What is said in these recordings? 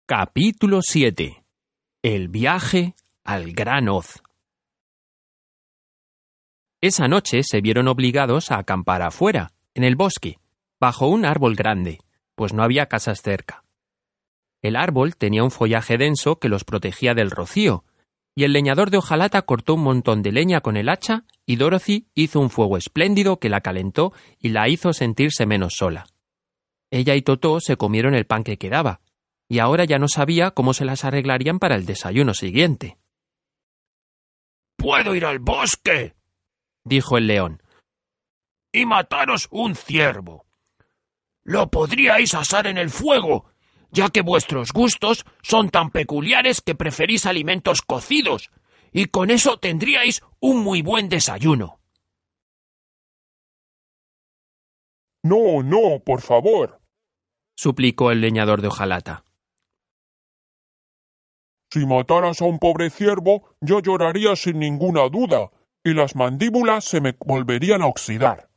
Capítulo 7. El viaje al Gran Oz. Esa noche se vieron obligados a acampar afuera, en el bosque, bajo un árbol grande, pues no había casas cerca. El árbol tenía un follaje denso que los protegía del rocío, y el leñador de hojalata cortó un montón de leña con el hacha y Dorothy hizo un fuego espléndido que la calentó y la hizo sentirse menos sola. Ella y Totó se comieron el pan que quedaba, y ahora ya no sabía cómo se las arreglarían para el desayuno siguiente. «¿Puedo ir al bosque?», dijo el león, «y mataros un ciervo. Lo podríais asar en el fuego, ya que vuestros gustos son tan peculiares que preferís alimentos cocidos, y con eso tendríais un muy buen desayuno». No, por favor, suplicó el leñador de hojalata. Si mataras a un pobre ciervo, yo lloraría sin ninguna duda, y las mandíbulas se me volverían a oxidar.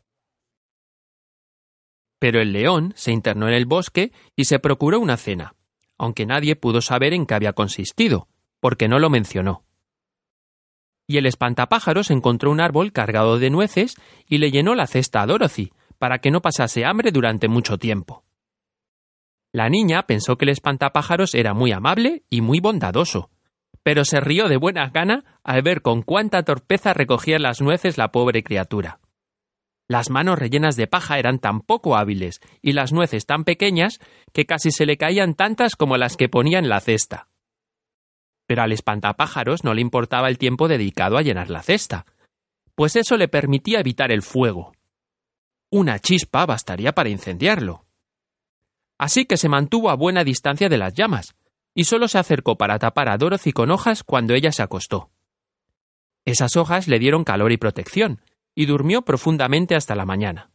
Pero el león se internó en el bosque y se procuró una cena, aunque nadie pudo saber en qué había consistido, porque no lo mencionó. Y el espantapájaros encontró un árbol cargado de nueces y le llenó la cesta a Dorothy, para que no pasase hambre durante mucho tiempo. La niña pensó que el espantapájaros era muy amable y muy bondadoso, pero se rió de buena gana al ver con cuánta torpeza recogía las nueces la pobre criatura. Las manos rellenas de paja eran tan poco hábiles y las nueces tan pequeñas que casi se le caían tantas como las que ponía en la cesta. Pero al espantapájaros no le importaba el tiempo dedicado a llenar la cesta, pues eso le permitía evitar el fuego. Una chispa bastaría para incendiarlo. Así que se mantuvo a buena distancia de las llamas, y solo se acercó para tapar a Dorothy con hojas cuando ella se acostó. Esas hojas le dieron calor y protección, y durmió profundamente hasta la mañana.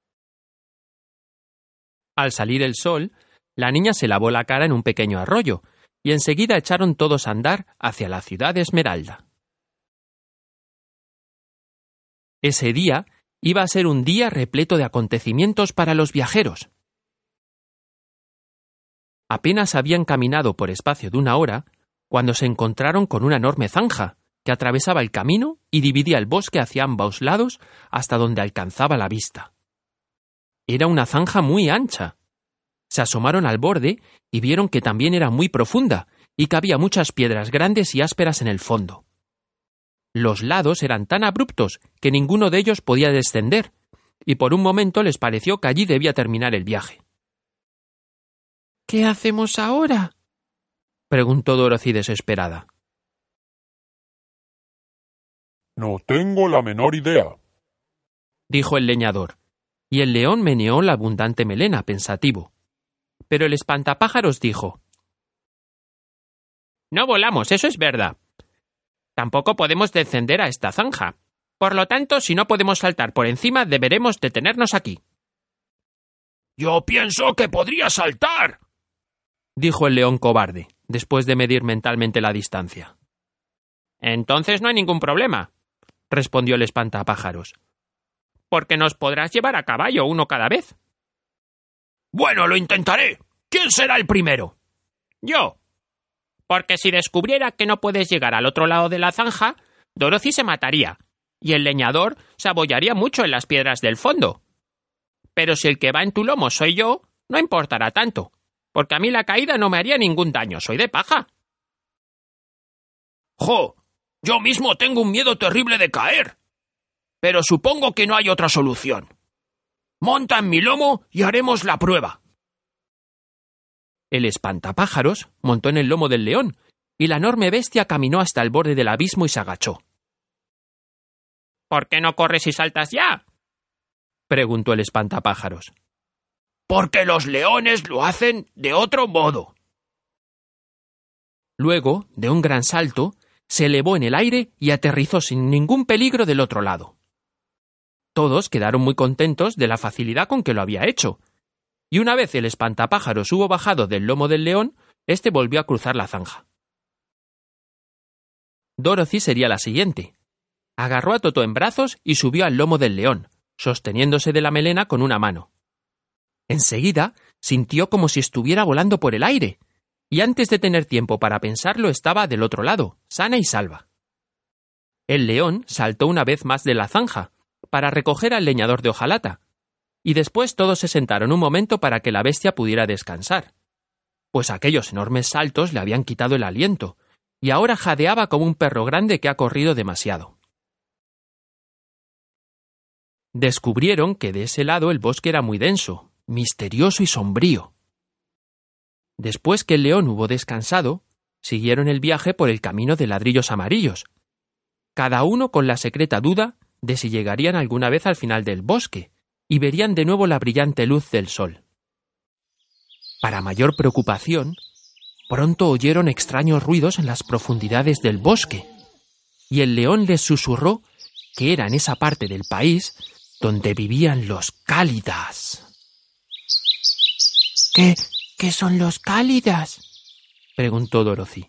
Al salir el sol, la niña se lavó la cara en un pequeño arroyo, y enseguida echaron todos a andar hacia la ciudad de Esmeralda. Ese día iba a ser un día repleto de acontecimientos para los viajeros. Apenas habían caminado por espacio de una hora, cuando se encontraron con una enorme zanja, que atravesaba el camino y dividía el bosque hacia ambos lados hasta donde alcanzaba la vista. Era una zanja muy ancha. Se asomaron al borde y vieron que también era muy profunda y que había muchas piedras grandes y ásperas en el fondo. Los lados eran tan abruptos que ninguno de ellos podía descender, y por un momento les pareció que allí debía terminar el viaje. «¿Qué hacemos ahora?», preguntó Dorothy desesperada. No tengo la menor idea, dijo el leñador, y el león meneó la abundante melena, pensativo. Pero el espantapájaros dijo: «No volamos, eso es verdad. Tampoco podemos descender a esta zanja. Por lo tanto, si no podemos saltar por encima, deberemos detenernos aquí». «Yo pienso que podría saltar», dijo el león cobarde, después de medir mentalmente la distancia. «Entonces no hay ningún problema», respondió el espantapájaros, «porque nos podrás llevar a caballo uno cada vez». «Bueno, lo intentaré. ¿Quién será el primero?» «Yo. Porque si descubriera que no puedes llegar al otro lado de la zanja, Dorothy se mataría, y el leñador se abollaría mucho en las piedras del fondo. Pero si el que va en tu lomo soy yo, no importará tanto, porque a mí la caída no me haría ningún daño, soy de paja». «Jo, yo mismo tengo un miedo terrible de caer. Pero supongo que no hay otra solución. Monta en mi lomo y haremos la prueba». El espantapájaros montó en el lomo del león, y la enorme bestia caminó hasta el borde del abismo y se agachó. «¿Por qué no corres y saltas ya?», preguntó el espantapájaros. «Porque los leones lo hacen de otro modo». Luego, de un gran salto, se elevó en el aire y aterrizó sin ningún peligro del otro lado. Todos quedaron muy contentos de la facilidad con que lo había hecho, y una vez el espantapájaros hubo bajado del lomo del león, éste volvió a cruzar la zanja. Dorothy sería la siguiente. Agarró a Totó en brazos y subió al lomo del león, sosteniéndose de la melena con una mano. Enseguida sintió como si estuviera volando por el aire, y antes de tener tiempo para pensarlo estaba del otro lado, sana y salva. El león saltó una vez más de la zanja, para recoger al leñador de hojalata, y después todos se sentaron un momento para que la bestia pudiera descansar, pues aquellos enormes saltos le habían quitado el aliento, y ahora jadeaba como un perro grande que ha corrido demasiado. Descubrieron que de ese lado el bosque era muy denso, misterioso y sombrío. Después que el león hubo descansado, siguieron el viaje por el camino de ladrillos amarillos, cada uno con la secreta duda de si llegarían alguna vez al final del bosque y verían de nuevo la brillante luz del sol. Para mayor preocupación, pronto oyeron extraños ruidos en las profundidades del bosque, y el león les susurró que era en esa parte del país donde vivían los cálidas. ¿Qué son los cálidas?, preguntó Dorothy.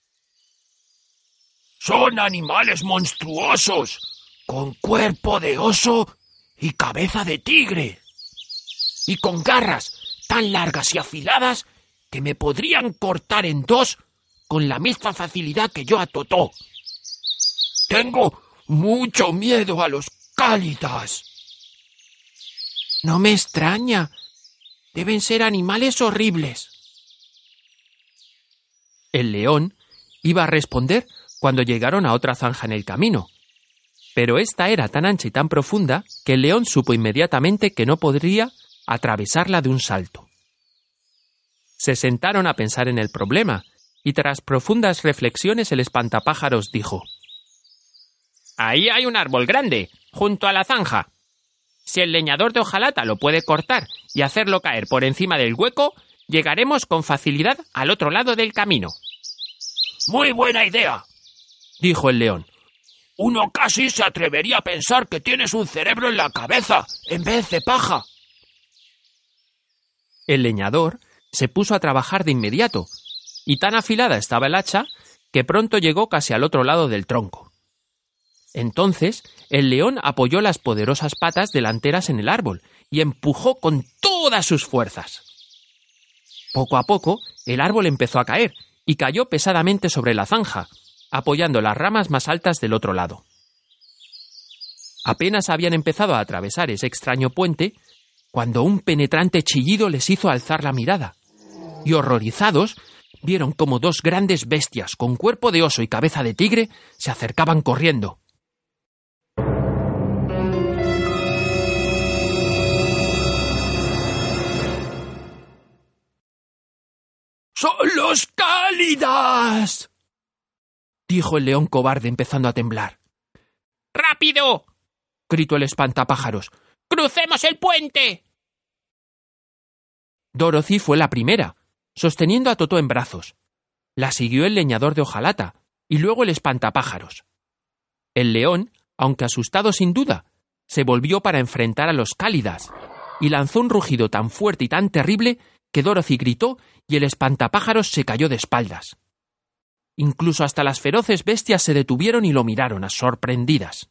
Son animales monstruosos, con cuerpo de oso y cabeza de tigre, y con garras tan largas y afiladas que me podrían cortar en dos con la misma facilidad que yo a Totó. Tengo mucho miedo a los cálidas. No me extraña. Deben ser animales horribles. El león iba a responder cuando llegaron a otra zanja en el camino, pero esta era tan ancha y tan profunda que el león supo inmediatamente que no podría atravesarla de un salto. Se sentaron a pensar en el problema, y tras profundas reflexiones el espantapájaros dijo: «Ahí hay un árbol grande, junto a la zanja. Si el leñador de hojalata lo puede cortar y hacerlo caer por encima del hueco, llegaremos con facilidad al otro lado del camino». «Muy buena idea», dijo el león. «Uno casi se atrevería a pensar que tienes un cerebro en la cabeza, en vez de paja». El leñador se puso a trabajar de inmediato, y tan afilada estaba el hacha que pronto llegó casi al otro lado del tronco. Entonces el león apoyó las poderosas patas delanteras en el árbol y empujó con todas sus fuerzas. Poco a poco el árbol empezó a caer y cayó pesadamente sobre la zanja, apoyando las ramas más altas del otro lado. Apenas habían empezado a atravesar ese extraño puente cuando un penetrante chillido les hizo alzar la mirada, y horrorizados vieron como dos grandes bestias con cuerpo de oso y cabeza de tigre se acercaban corriendo. ¡Son los cálidas!, dijo el león cobarde empezando a temblar. ¡Rápido!, gritó el espantapájaros. ¡Crucemos el puente! Dorothy fue la primera, sosteniendo a Totó en brazos. La siguió el leñador de hojalata y luego el espantapájaros. El león, aunque asustado sin duda, se volvió para enfrentar a los cálidas y lanzó un rugido tan fuerte y tan terrible que Dorothy gritó y el espantapájaros se cayó de espaldas. Incluso hasta las feroces bestias se detuvieron y lo miraron, sorprendidas.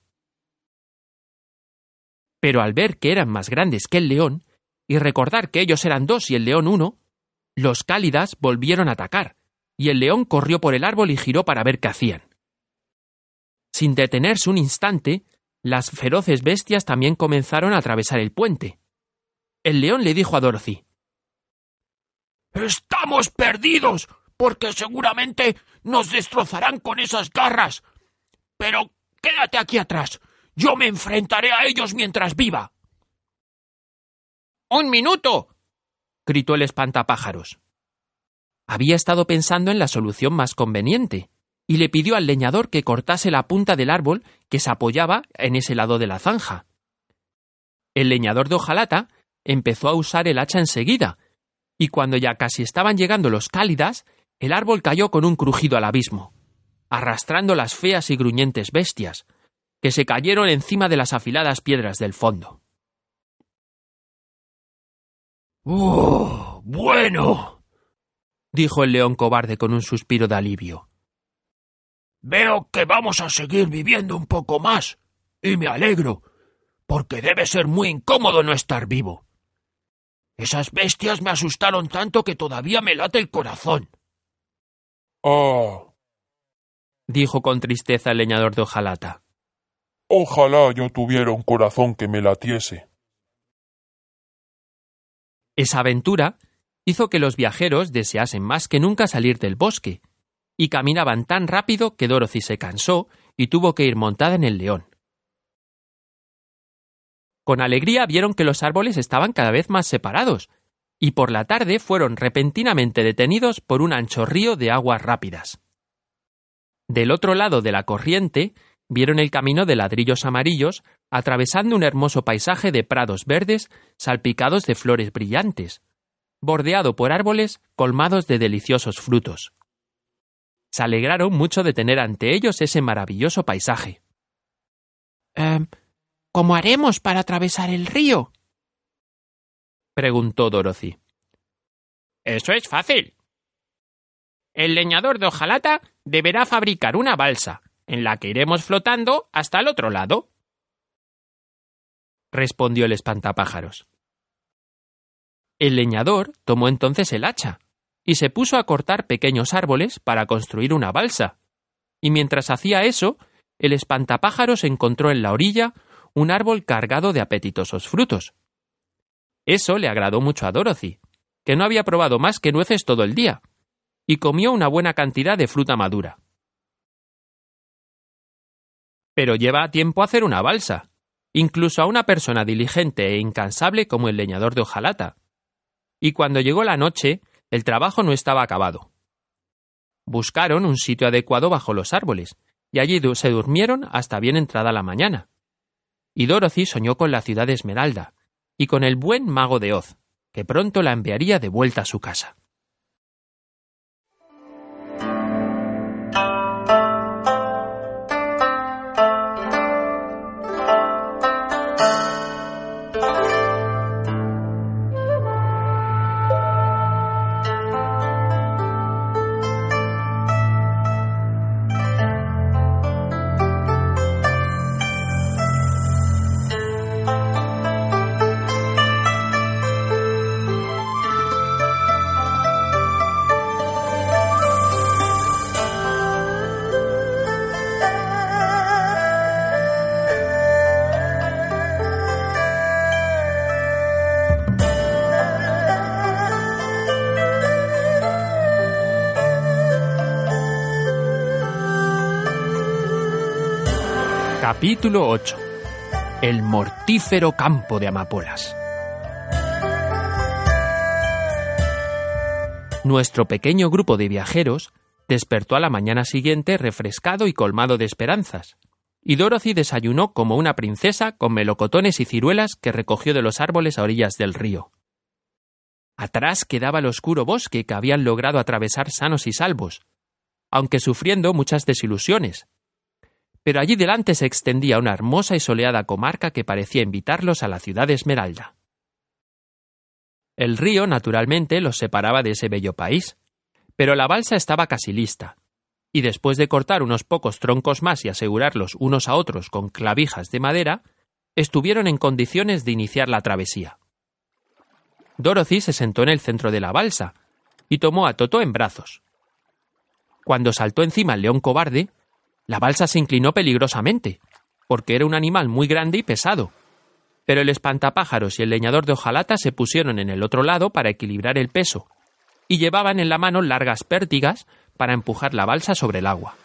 Pero al ver que eran más grandes que el león, y recordar que ellos eran dos y el león uno, los cálidas volvieron a atacar, y el león corrió por el árbol y giró para ver qué hacían. Sin detenerse un instante, las feroces bestias también comenzaron a atravesar el puente. El león le dijo a Dorothy: «Estamos perdidos, porque seguramente nos destrozarán con esas garras. Pero quédate aquí atrás. Yo me enfrentaré a ellos mientras viva». «¡Un minuto!», gritó el espantapájaros. Había estado pensando en la solución más conveniente, y le pidió al leñador que cortase la punta del árbol que se apoyaba en ese lado de la zanja. El leñador de hojalata empezó a usar el hacha enseguida, y cuando ya casi estaban llegando los cálidas, el árbol cayó con un crujido al abismo, arrastrando las feas y gruñentes bestias, que se cayeron encima de las afiladas piedras del fondo. «¡Oh, bueno!», dijo el león cobarde con un suspiro de alivio. «Veo que vamos a seguir viviendo un poco más, y me alegro, porque debe ser muy incómodo no estar vivo. Esas bestias me asustaron tanto que todavía me late el corazón. Ah, dijo con tristeza el leñador de hojalata. ojalá yo tuviera un corazón que me latiese. Esa aventura hizo que los viajeros deseasen más que nunca salir del bosque, y caminaban tan rápido que Dorothy se cansó y tuvo que ir montada en el león. Con alegría vieron que los árboles estaban cada vez más separados, y por la tarde fueron repentinamente detenidos por un ancho río de aguas rápidas. Del otro lado de la corriente vieron el camino de ladrillos amarillos atravesando un hermoso paisaje de prados verdes salpicados de flores brillantes, bordeado por árboles colmados de deliciosos frutos. Se alegraron mucho de tener ante ellos ese maravilloso paisaje. ¿Cómo haremos para atravesar el río?, preguntó Dorothy. Eso es fácil. El leñador de hojalata deberá fabricar una balsa, en la que iremos flotando hasta el otro lado, respondió el espantapájaros. El leñador tomó entonces el hacha y se puso a cortar pequeños árboles para construir una balsa, y mientras hacía eso, el espantapájaros encontró en la orilla un árbol cargado de apetitosos frutos. Eso le agradó mucho a Dorothy, que no había probado más que nueces todo el día, y comió una buena cantidad de fruta madura. Pero lleva tiempo hacer una balsa, incluso a una persona diligente e incansable como el leñador de hojalata. Y cuando llegó la noche, el trabajo no estaba acabado. Buscaron un sitio adecuado bajo los árboles, y allí se durmieron hasta bien entrada la mañana. Y Dorothy soñó con la ciudad de Esmeralda, y con el buen mago de Oz, que pronto la enviaría de vuelta a su casa. Capítulo 8. El mortífero campo de amapolas. Nuestro pequeño grupo de viajeros despertó a la mañana siguiente refrescado y colmado de esperanzas, y Dorothy desayunó como una princesa con melocotones y ciruelas que recogió de los árboles a orillas del río. Atrás quedaba el oscuro bosque que habían logrado atravesar sanos y salvos, aunque sufriendo muchas desilusiones. Pero allí delante se extendía una hermosa y soleada comarca que parecía invitarlos a la ciudad de Esmeralda. El río, naturalmente, los separaba de ese bello país, pero la balsa estaba casi lista, y después de cortar unos pocos troncos más y asegurarlos unos a otros con clavijas de madera, estuvieron en condiciones de iniciar la travesía. Dorothy se sentó en el centro de la balsa y tomó a Totó en brazos. Cuando saltó encima el león cobarde, la balsa se inclinó peligrosamente, porque era un animal muy grande y pesado, pero el espantapájaros y el leñador de hojalata se pusieron en el otro lado para equilibrar el peso, y llevaban en la mano largas pértigas para empujar la balsa sobre el agua.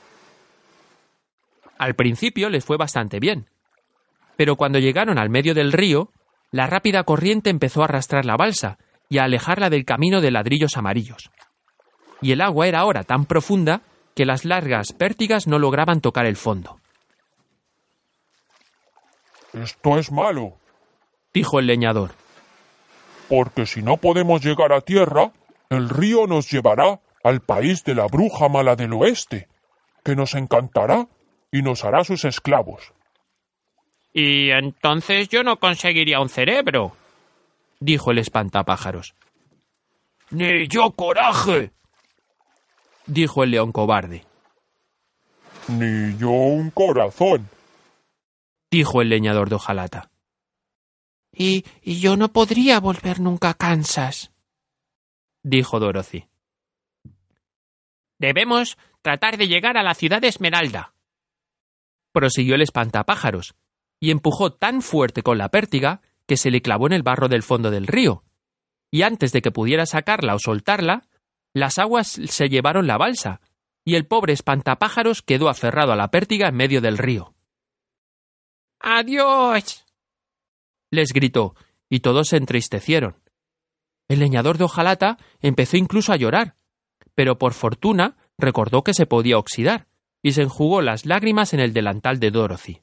Al principio les fue bastante bien, pero cuando llegaron al medio del río, la rápida corriente empezó a arrastrar la balsa y a alejarla del camino de ladrillos amarillos. Y el agua era ahora tan profunda que las largas pértigas no lograban tocar el fondo. Esto es malo, dijo el leñador. porque si no podemos llegar a tierra, el río nos llevará al país de la bruja mala del oeste, que nos encantará y nos hará sus esclavos. Y entonces yo no conseguiría un cerebro, dijo el espantapájaros. Ni yo coraje, dijo el león cobarde. Ni yo un corazón, dijo el leñador de hojalata. Y yo no podría volver nunca a Kansas, dijo Dorothy. Debemos tratar de llegar a la ciudad de Esmeralda, prosiguió el espantapájaros, y empujó tan fuerte con la pértiga que se le clavó en el barro del fondo del río, y antes de que pudiera sacarla o soltarla, las aguas se llevaron la balsa, y el pobre espantapájaros quedó aferrado a la pértiga en medio del río. ¡Adiós!, les gritó, y todos se entristecieron. El leñador de hojalata empezó incluso a llorar, pero por fortuna recordó que se podía oxidar, y se enjugó las lágrimas en el delantal de Dorothy.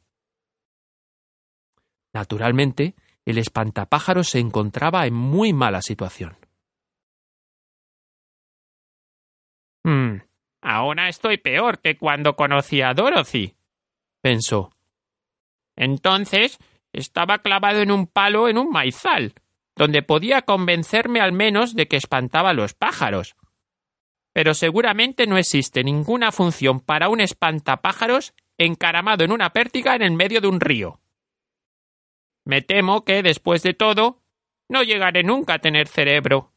Naturalmente, el espantapájaros se encontraba en muy mala situación. Ahora estoy peor que cuando conocí a Dorothy, pensó. Entonces estaba clavado en un palo en un maizal, donde podía convencerme al menos de que espantaba a los pájaros. Pero seguramente no existe ninguna función para un espantapájaros encaramado en una pértiga en el medio de un río. Me temo que, después de todo, no llegaré nunca a tener cerebro.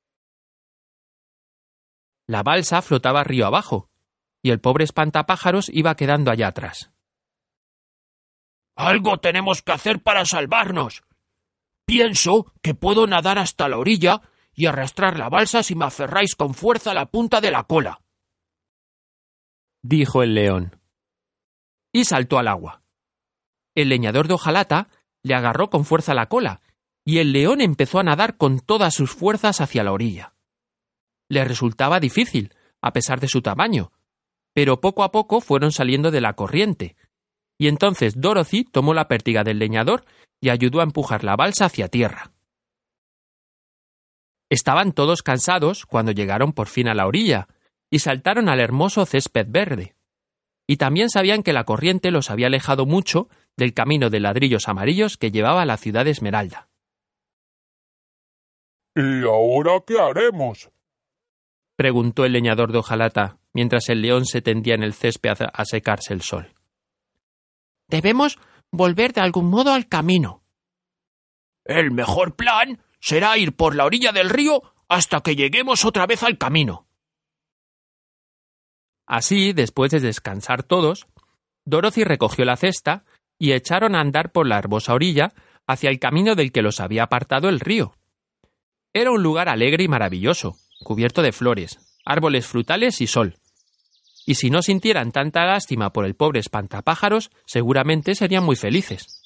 La balsa flotaba río abajo, y el pobre espantapájaros iba quedando allá atrás. Algo tenemos que hacer para salvarnos. Pienso que puedo nadar hasta la orilla y arrastrar la balsa si me aferráis con fuerza a la punta de la cola, dijo el león. Y saltó al agua. El leñador de hojalata le agarró con fuerza la cola, y el león empezó a nadar con todas sus fuerzas hacia la orilla. Le resultaba difícil, a pesar de su tamaño, pero poco a poco fueron saliendo de la corriente, y entonces Dorothy tomó la pértiga del leñador y ayudó a empujar la balsa hacia tierra. Estaban todos cansados cuando llegaron por fin a la orilla, y saltaron al hermoso césped verde. Y también sabían que la corriente los había alejado mucho del camino de ladrillos amarillos que llevaba a la ciudad de Esmeralda. ¿Y ahora qué haremos?, preguntó el leñador de hojalata, mientras el león se tendía en el césped a secarse el sol. Debemos volver de algún modo al camino. El mejor plan será ir por la orilla del río hasta que lleguemos otra vez al camino. Así, después de descansar todos, Dorothy recogió la cesta y echaron a andar por la hermosa orilla hacia el camino del que los había apartado el río. Era un lugar alegre y maravilloso, cubierto de flores, árboles frutales y sol. Y si no sintieran tanta lástima por el pobre espantapájaros, seguramente serían muy felices.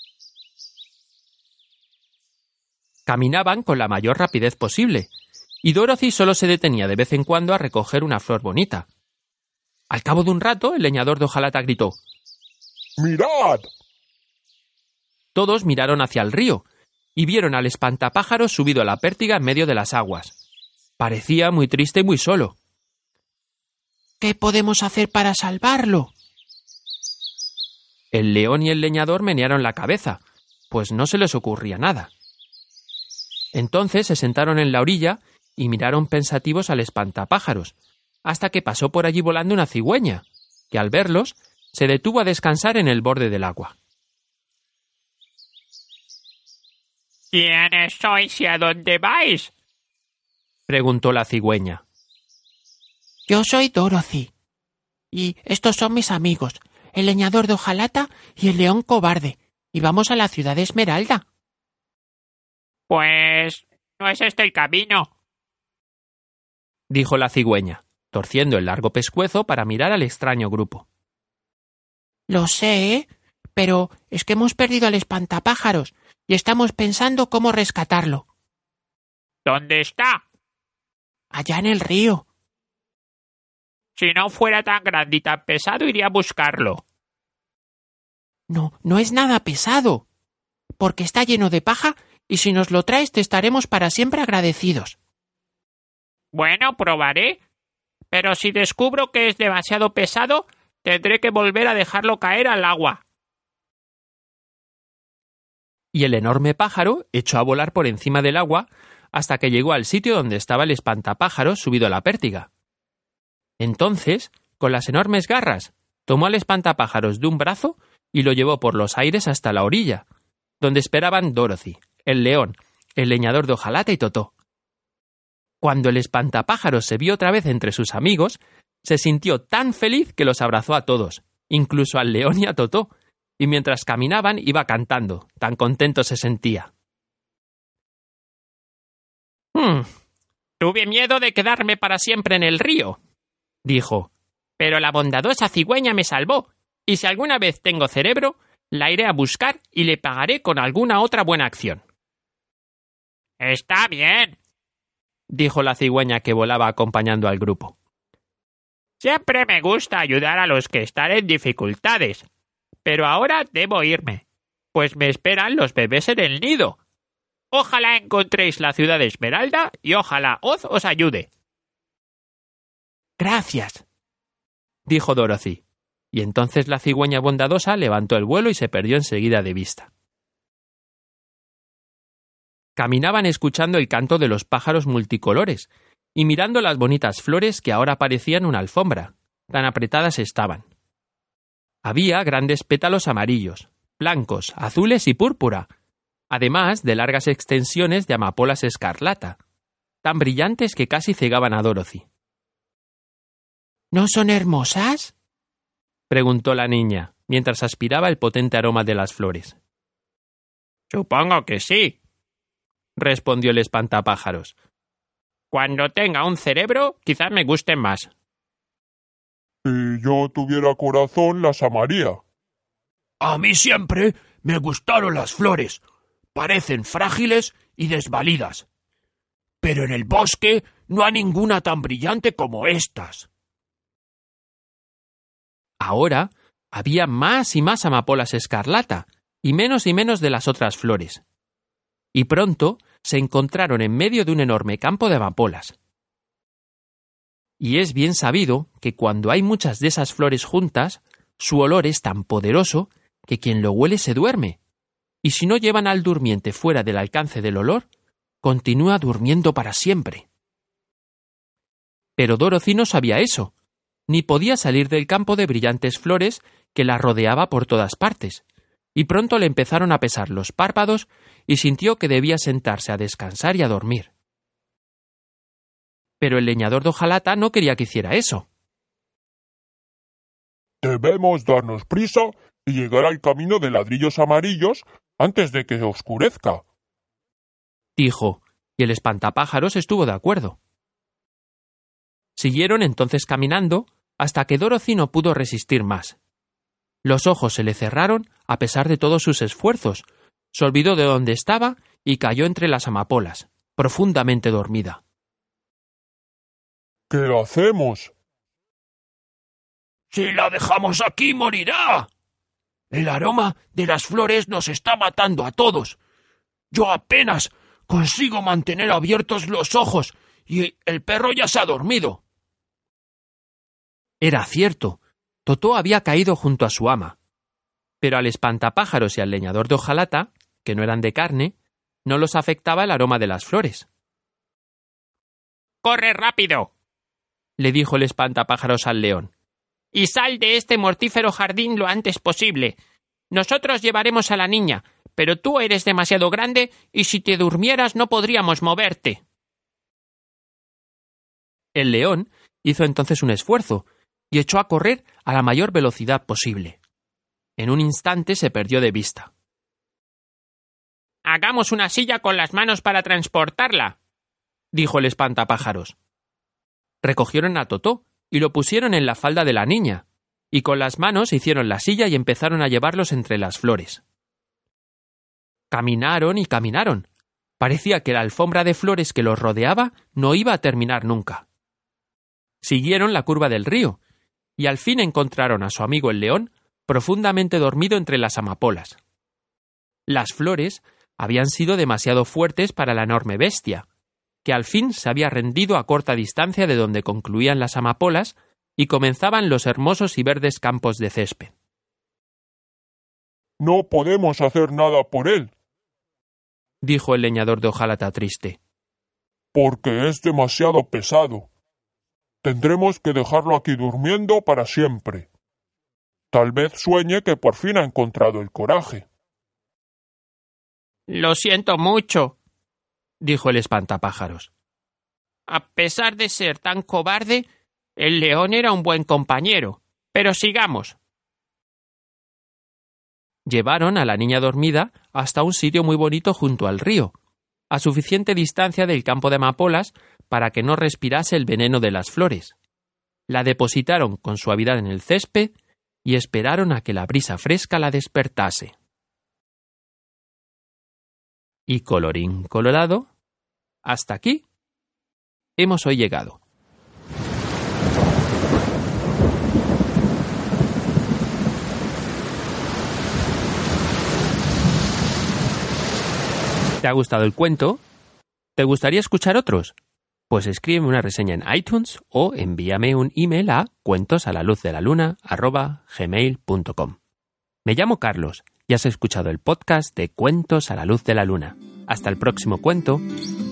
Caminaban con la mayor rapidez posible, y Dorothy solo se detenía de vez en cuando a recoger una flor bonita. Al cabo de un rato, el leñador de hojalata gritó: ¡Mirad! Todos miraron hacia el río, y vieron al espantapájaros subido a la pértiga en medio de las aguas. Parecía muy triste y muy solo. ¿Qué podemos hacer para salvarlo? El león y el leñador menearon la cabeza, pues no se les ocurría nada. Entonces se sentaron en la orilla y miraron pensativos al espantapájaros, hasta que pasó por allí volando una cigüeña, que al verlos se detuvo a descansar en el borde del agua. ¿Quiénes sois y a dónde vais?, preguntó la cigüeña. Yo soy Dorothy, y estos son mis amigos, el leñador de hojalata y el león cobarde, y vamos a la ciudad de Esmeralda. Pues no es este el camino, dijo la cigüeña, torciendo el largo pescuezo para mirar al extraño grupo. Lo sé, pero es que hemos perdido al espantapájaros y estamos pensando cómo rescatarlo. ¿Dónde está? Allá en el río. Si no fuera tan grande y tan pesado, iría a buscarlo. No es nada pesado, porque está lleno de paja y si nos lo traes te estaremos para siempre agradecidos. Bueno, probaré, pero si descubro que es demasiado pesado, tendré que volver a dejarlo caer al agua. Y el enorme pájaro echó a volar por encima del agua hasta que llegó al sitio donde estaba el espantapájaros subido a la pértiga. Entonces, con las enormes garras, tomó al espantapájaros de un brazo y lo llevó por los aires hasta la orilla, donde esperaban Dorothy, el león, el leñador de hojalata y Totó. Cuando el espantapájaros se vio otra vez entre sus amigos, se sintió tan feliz que los abrazó a todos, incluso al león y a Totó, y mientras caminaban iba cantando, tan contento se sentía. Tuve miedo de quedarme para siempre en el río, dijo. Pero la bondadosa cigüeña me salvó, y si alguna vez tengo cerebro, la iré a buscar y le pagaré con alguna otra buena acción. Está bien, dijo la cigüeña que volaba acompañando al grupo. Siempre me gusta ayudar a los que están en dificultades, pero ahora debo irme, pues me esperan los bebés en el nido. Ojalá encontréis la ciudad de Esmeralda y ojalá Oz os ayude. Gracias, dijo Dorothy, y entonces la cigüeña bondadosa levantó el vuelo y se perdió enseguida de vista. Caminaban escuchando el canto de los pájaros multicolores y mirando las bonitas flores que ahora parecían una alfombra, tan apretadas estaban. Había grandes pétalos amarillos, blancos, azules y púrpura, además de largas extensiones de amapolas escarlata, tan brillantes que casi cegaban a Dorothy. ¿No son hermosas?, preguntó la niña, mientras aspiraba el potente aroma de las flores. Supongo que sí, respondió el espantapájaros. Cuando tenga un cerebro, quizás me gusten más. Si yo tuviera corazón, las amaría. A mí siempre me gustaron las flores. Parecen frágiles y desvalidas. Pero en el bosque no hay ninguna tan brillante como estas. Ahora había más y más amapolas escarlata, y menos de las otras flores. Y pronto se encontraron en medio de un enorme campo de amapolas. Y es bien sabido que cuando hay muchas de esas flores juntas, su olor es tan poderoso que quien lo huele se duerme, y si no llevan al durmiente fuera del alcance del olor, continúa durmiendo para siempre. Pero Dorothy no sabía eso, ni podía salir del campo de brillantes flores que la rodeaba por todas partes, y pronto le empezaron a pesar los párpados y sintió que debía sentarse a descansar y a dormir. Pero el leñador de hojalata no quería que hiciera eso. Debemos darnos prisa y llegar al camino de ladrillos amarillos antes de que oscurezca, dijo, y el espantapájaros estuvo de acuerdo. Siguieron entonces caminando hasta que Dorothy no pudo resistir más. Los ojos se le cerraron a pesar de todos sus esfuerzos, se olvidó de dónde estaba y cayó entre las amapolas, profundamente dormida. ¿Qué hacemos? Si la dejamos aquí, morirá. El aroma de las flores nos está matando a todos. Yo apenas consigo mantener abiertos los ojos y el perro ya se ha dormido. Era cierto. Totó había caído junto a su ama. Pero al espantapájaros y al leñador de hojalata, que no eran de carne, no los afectaba el aroma de las flores. ¡Corre rápido!, le dijo el espantapájaros al león. Y sal de este mortífero jardín lo antes posible. Nosotros llevaremos a la niña, pero tú eres demasiado grande y si te durmieras no podríamos moverte. El león hizo entonces un esfuerzo y echó a correr a la mayor velocidad posible. En un instante se perdió de vista. Hagamos una silla con las manos para transportarla, dijo el espantapájaros. Recogieron a Totó y lo pusieron en la falda de la niña, y con las manos hicieron la silla y empezaron a llevarlos entre las flores. Caminaron y caminaron. Parecía que la alfombra de flores que los rodeaba no iba a terminar nunca. Siguieron la curva del río, y al fin encontraron a su amigo el león profundamente dormido entre las amapolas. Las flores habían sido demasiado fuertes para la enorme bestia, que al fin se había rendido a corta distancia de donde concluían las amapolas y comenzaban los hermosos y verdes campos de césped. No podemos hacer nada por él, dijo el leñador de hojalata triste. Porque es demasiado pesado. Tendremos que dejarlo aquí durmiendo para siempre. Tal vez sueñe que por fin ha encontrado el coraje. Lo siento mucho, dijo el espantapájaros. A pesar de ser tan cobarde, el león era un buen compañero. Pero sigamos. Llevaron a la niña dormida hasta un sitio muy bonito junto al río, a suficiente distancia del campo de amapolas para que no respirase el veneno de las flores. La depositaron con suavidad en el césped y esperaron a que la brisa fresca la despertase. Y colorín colorado, hasta aquí hemos hoy llegado. ¿Te ha gustado el cuento? ¿Te gustaría escuchar otros? Pues escríbeme una reseña en iTunes o envíame un email a cuentosalaluzdelaluna@gmail.com. Me llamo Carlos y has escuchado el podcast de Cuentos a la Luz de la Luna. Hasta el próximo cuento.